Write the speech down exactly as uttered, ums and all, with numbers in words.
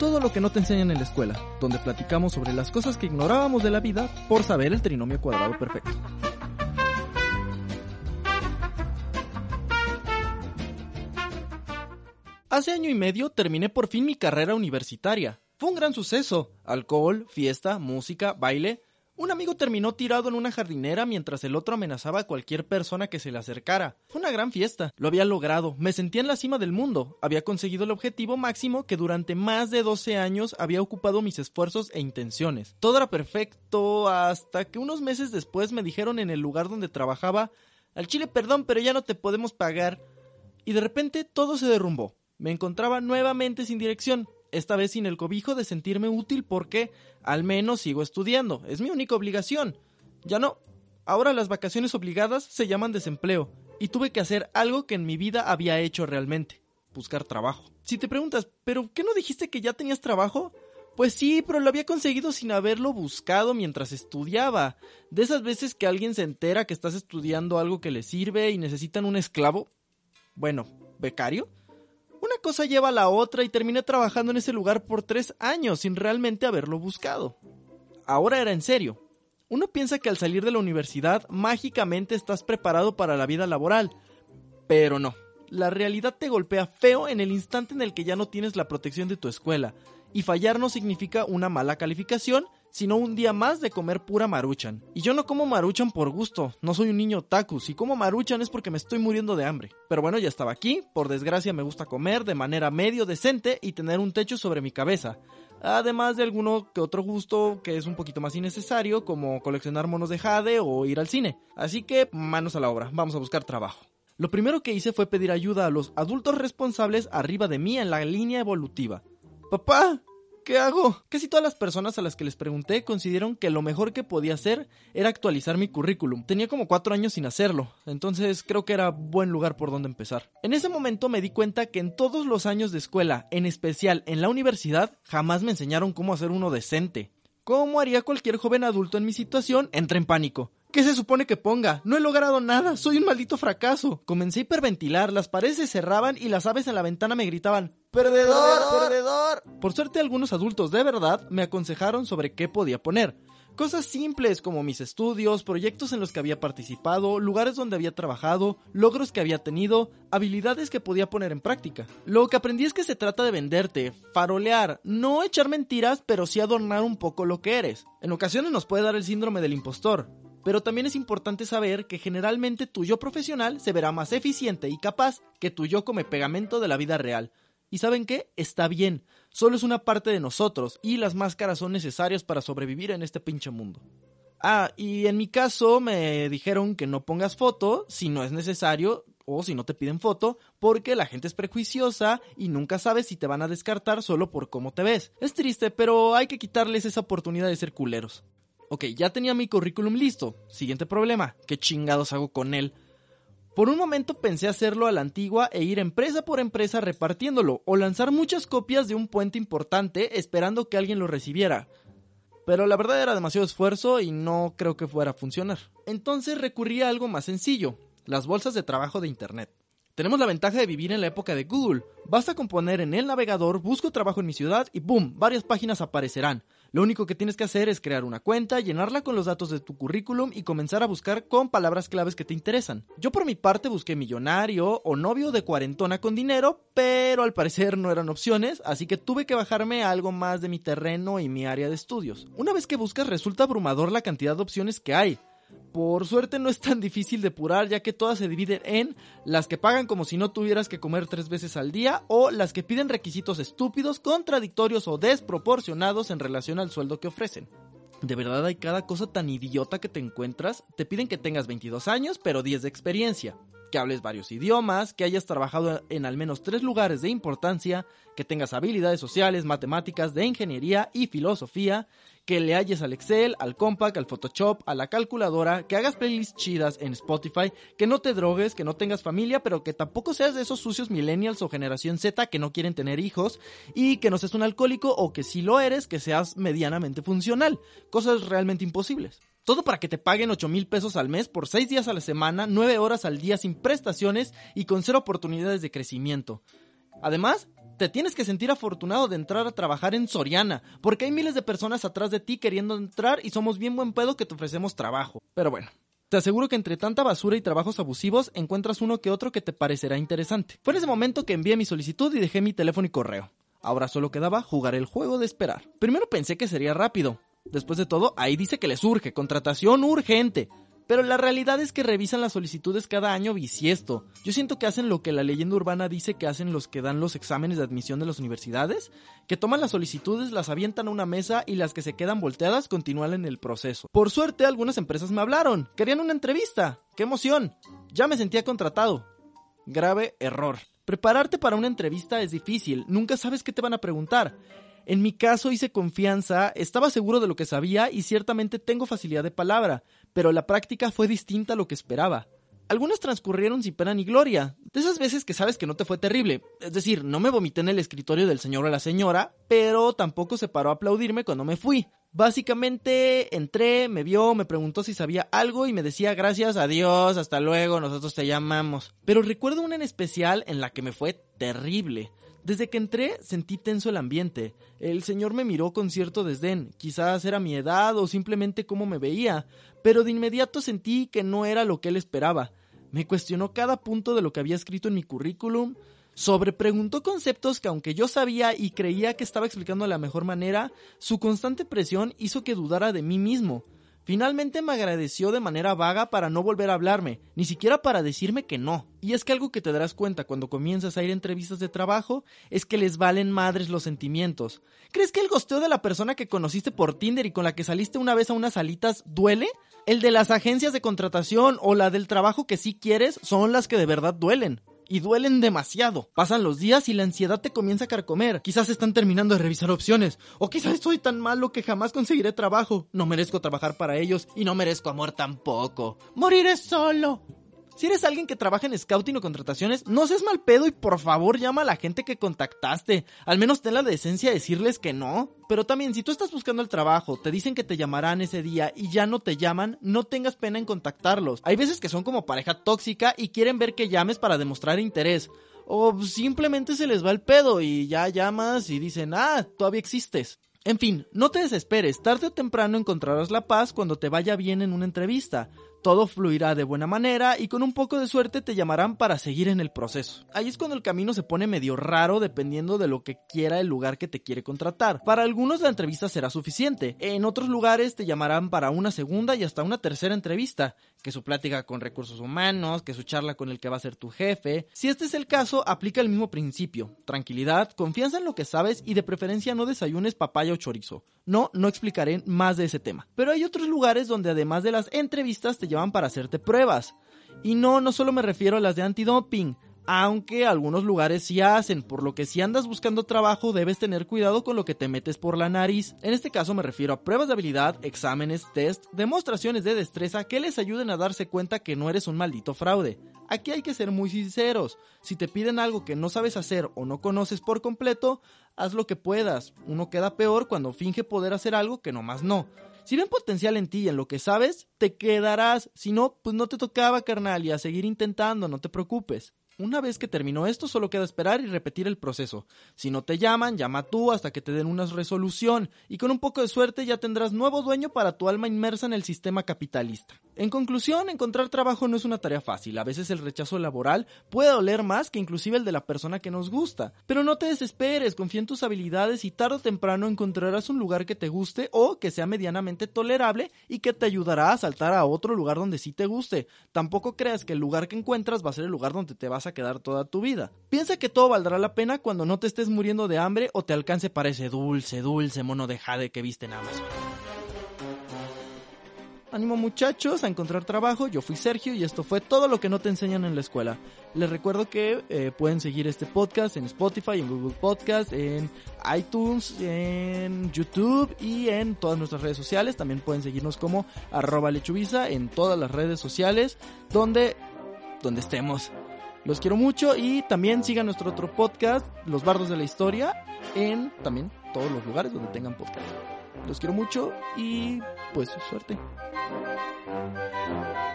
todo lo que no te enseñan en la escuela, donde platicamos sobre las cosas que ignorábamos de la vida por saber el trinomio cuadrado perfecto. Hace año y medio terminé por fin mi carrera universitaria. Fue un gran suceso. Alcohol, fiesta, música, baile. Un amigo terminó tirado en una jardinera mientras el otro amenazaba a cualquier persona que se le acercara. Fue una gran fiesta. Lo había logrado. Me sentía en la cima del mundo. Había conseguido el objetivo máximo que durante más de doce años había ocupado mis esfuerzos e intenciones. Todo era perfecto hasta que unos meses después me dijeron en el lugar donde trabajaba: al chile perdón, pero ya no te podemos pagar. Y de repente todo se derrumbó. Me encontraba nuevamente sin dirección. Esta vez sin el cobijo de sentirme útil porque al menos sigo estudiando. Es mi única obligación. Ya no. Ahora las vacaciones obligadas se llaman desempleo. Y tuve que hacer algo que en mi vida había hecho realmente. Buscar trabajo. Si te preguntas, ¿pero qué no dijiste que ya tenías trabajo? Pues sí, pero lo había conseguido sin haberlo buscado mientras estudiaba. De esas veces que alguien se entera que estás estudiando algo que le sirve y necesitan un esclavo. Bueno, ¿becario? Una cosa lleva a la otra y terminé trabajando en ese lugar por tres años sin realmente haberlo buscado. Ahora era en serio. Uno piensa que al salir de la universidad mágicamente estás preparado para la vida laboral, pero no. La realidad te golpea feo en el instante en el que ya no tienes la protección de tu escuela, y fallar no significa una mala calificación, sino un día más de comer pura Maruchan. Y yo no como Maruchan por gusto, no soy un niño otaku. Si como Maruchan es porque me estoy muriendo de hambre. Pero bueno, ya estaba aquí. Por desgracia me gusta comer de manera medio decente y tener un techo sobre mi cabeza. Además de alguno que otro gusto que es un poquito más innecesario, como coleccionar monos de jade o ir al cine. Así que manos a la obra, vamos a buscar trabajo. Lo primero que hice fue pedir ayuda a los adultos responsables arriba de mí en la línea evolutiva. ¡Papá! ¿Qué hago? Casi todas las personas a las que les pregunté consideraron que lo mejor que podía hacer era actualizar mi currículum. Tenía como cuatro años sin hacerlo, entonces creo que era buen lugar por donde empezar. En ese momento me di cuenta que en todos los años de escuela, en especial en la universidad, jamás me enseñaron cómo hacer uno decente. Como haría cualquier joven adulto en mi situación, entré en pánico. ¿Qué se supone que ponga? No he logrado nada, soy un maldito fracaso. Comencé a hiperventilar, las paredes se cerraban y las aves en la ventana me gritaban: ¡Perdedor, perdedor! Por suerte algunos adultos de verdad me aconsejaron sobre qué podía poner. Cosas simples como mis estudios, proyectos en los que había participado, lugares donde había trabajado, logros que había tenido, habilidades que podía poner en práctica. Lo que aprendí es que se trata de venderte, farolear, no echar mentiras, pero sí adornar un poco lo que eres. En ocasiones nos puede dar el síndrome del impostor. Pero también es importante saber que generalmente tu yo profesional se verá más eficiente y capaz que tu yo come pegamento de la vida real. ¿Y saben qué? Está bien, solo es una parte de nosotros y las máscaras son necesarias para sobrevivir en este pinche mundo. Ah, y en mi caso me dijeron que no pongas foto si no es necesario o si no te piden foto, porque la gente es prejuiciosa y nunca sabes si te van a descartar solo por cómo te ves. Es triste, pero hay que quitarles esa oportunidad de ser culeros. Ok, ya tenía mi currículum listo. Siguiente problema, ¿qué chingados hago con él? Por un momento pensé hacerlo a la antigua e ir empresa por empresa repartiéndolo, o lanzar muchas copias de un puente importante esperando que alguien lo recibiera. Pero la verdad era demasiado esfuerzo y no creo que fuera a funcionar. Entonces recurrí a algo más sencillo, las bolsas de trabajo de internet. Tenemos la ventaja de vivir en la época de Google. Basta con poner en el navegador busco trabajo en mi ciudad y ¡boom! Varias páginas aparecerán. Lo único que tienes que hacer es crear una cuenta, llenarla con los datos de tu currículum y comenzar a buscar con palabras claves que te interesan. Yo por mi parte busqué millonario o novio de cuarentona con dinero, pero al parecer no eran opciones, así que tuve que bajarme a algo más de mi terreno y mi área de estudios. Una vez que buscas resulta abrumador la cantidad de opciones que hay. Por suerte no es tan difícil depurar, ya que todas se dividen en las que pagan como si no tuvieras que comer tres veces al día o las que piden requisitos estúpidos, contradictorios o desproporcionados en relación al sueldo que ofrecen. De verdad hay cada cosa tan idiota que te encuentras. Te piden que tengas veintidós años pero diez de experiencia, que hables varios idiomas, que hayas trabajado en al menos tres lugares de importancia, que tengas habilidades sociales, matemáticas, de ingeniería y filosofía, que le halles al Excel, al Compaq, al Photoshop, a la calculadora, que hagas playlists chidas en Spotify, que no te drogues, que no tengas familia, pero que tampoco seas de esos sucios millennials o generación Z que no quieren tener hijos, y que no seas un alcohólico o que si lo eres, que seas medianamente funcional. Cosas realmente imposibles. Todo para que te paguen ocho mil pesos al mes por seis días a la semana, nueve horas al día sin prestaciones y con cero oportunidades de crecimiento. Además, te te tienes que sentir afortunado de entrar a trabajar en Soriana, porque hay miles de personas atrás de ti queriendo entrar y somos bien buen pedo que te ofrecemos trabajo. Pero bueno, te aseguro que entre tanta basura y trabajos abusivos encuentras uno que otro que te parecerá interesante. Fue en ese momento que envié mi solicitud y dejé mi teléfono y correo. Ahora solo quedaba jugar el juego de esperar. Primero pensé que sería rápido. Después de todo, ahí dice que les urge, contratación urgente. Pero la realidad es que revisan las solicitudes cada año bisiesto. Yo siento que hacen lo que la leyenda urbana dice que hacen los que dan los exámenes de admisión de las universidades, que toman las solicitudes, las avientan a una mesa y las que se quedan volteadas continúan en el proceso. Por suerte, algunas empresas me hablaron. Querían una entrevista. ¡Qué emoción! Ya me sentía contratado. Grave error. Prepararte para una entrevista es difícil. Nunca sabes qué te van a preguntar. En mi caso hice confianza, estaba seguro de lo que sabía y ciertamente tengo facilidad de palabra, pero la práctica fue distinta a lo que esperaba. Algunas transcurrieron sin pena ni gloria, de esas veces que sabes que no te fue terrible, es decir, no me vomité en el escritorio del señor o la señora, pero tampoco se paró a aplaudirme cuando me fui. Básicamente entré, me vio, me preguntó si sabía algo y me decía gracias, adiós, hasta luego, nosotros te llamamos. Pero recuerdo una en especial en la que me fue terrible. Desde que entré sentí tenso el ambiente. El señor me miró con cierto desdén, quizás era mi edad o simplemente cómo me veía, pero de inmediato sentí que no era lo que él esperaba. Me cuestionó cada punto de lo que había escrito en mi currículum, sobrepreguntó conceptos que aunque yo sabía y creía que estaba explicando de la mejor manera, su constante presión hizo que dudara de mí mismo. Finalmente me agradeció de manera vaga para no volver a hablarme, ni siquiera para decirme que no. Y es que algo que te darás cuenta cuando comienzas a ir a entrevistas de trabajo es que les valen madres los sentimientos. ¿Crees que el gosteo de la persona que conociste por Tinder y con la que saliste una vez a unas salitas duele? El de las agencias de contratación o la del trabajo que sí quieres son las que de verdad duelen. Y duelen demasiado. Pasan los días y la ansiedad te comienza a carcomer. Quizás están terminando de revisar opciones. O quizás soy tan malo que jamás conseguiré trabajo. No merezco trabajar para ellos y no merezco amor tampoco. Moriré solo. Si eres alguien que trabaja en scouting o contrataciones, no seas mal pedo y por favor llama a la gente que contactaste. Al menos ten la decencia de decirles que no. Pero también, si tú estás buscando el trabajo, te dicen que te llamarán ese día y ya no te llaman, no tengas pena en contactarlos. Hay veces que son como pareja tóxica y quieren ver que llames para demostrar interés. O simplemente se les va el pedo y ya llamas y dicen, ah, todavía existes. En fin, no te desesperes, tarde o temprano encontrarás la paz cuando te vaya bien en una entrevista. Todo fluirá de buena manera y con un poco de suerte te llamarán para seguir en el proceso. Ahí es cuando el camino se pone medio raro dependiendo de lo que quiera el lugar que te quiere contratar. Para algunos la entrevista será suficiente, en otros lugares te llamarán para una segunda y hasta una tercera entrevista, que su plática con recursos humanos, que su charla con el que va a ser tu jefe. Si este es el caso, aplica el mismo principio: tranquilidad, confianza en lo que sabes y de preferencia no desayunes papaya o chorizo. No, no explicaré más de ese tema. Pero hay otros lugares donde además de las entrevistas te llaman para hacerte pruebas. Y no, no solo me refiero a las de antidoping, aunque algunos lugares sí hacen, por lo que si andas buscando trabajo debes tener cuidado con lo que te metes por la nariz. En este caso me refiero a pruebas de habilidad, exámenes, test, demostraciones de destreza que les ayuden a darse cuenta que no eres un maldito fraude. Aquí hay que ser muy sinceros. Si te piden algo que no sabes hacer o no conoces por completo, haz lo que puedas. Uno queda peor cuando finge poder hacer algo que nomás no. Si ven potencial en ti y en lo que sabes, te quedarás. Si no, pues no te tocaba, carnal, y a seguir intentando, no te preocupes. Una vez que terminó esto, solo queda esperar y repetir el proceso. Si no te llaman, llama tú hasta que te den una resolución, y con un poco de suerte ya tendrás nuevo dueño para tu alma inmersa en el sistema capitalista. En conclusión, encontrar trabajo no es una tarea fácil. A veces el rechazo laboral puede doler más que inclusive el de la persona que nos gusta. Pero no te desesperes, confía en tus habilidades y tarde o temprano encontrarás un lugar que te guste o que sea medianamente tolerable y que te ayudará a saltar a otro lugar donde sí te guste. Tampoco creas que el lugar que encuentras va a ser el lugar donde te vas a quedar toda tu vida. Piensa que todo valdrá la pena cuando no te estés muriendo de hambre o te alcance para ese dulce, dulce mono de jade que viste en Amazon. Ánimo muchachos a encontrar trabajo. Yo fui Sergio y esto fue todo lo que no te enseñan en la escuela. Les recuerdo que eh, pueden seguir este podcast en Spotify, en Google Podcast, en iTunes, en YouTube y en todas nuestras redes sociales. También pueden seguirnos como arroba lechubiza en todas las redes sociales donde, donde estemos. Los quiero mucho y también sigan nuestro otro podcast, Los Bardos de la Historia, en también todos los lugares donde tengan podcast. Los quiero mucho y pues suerte.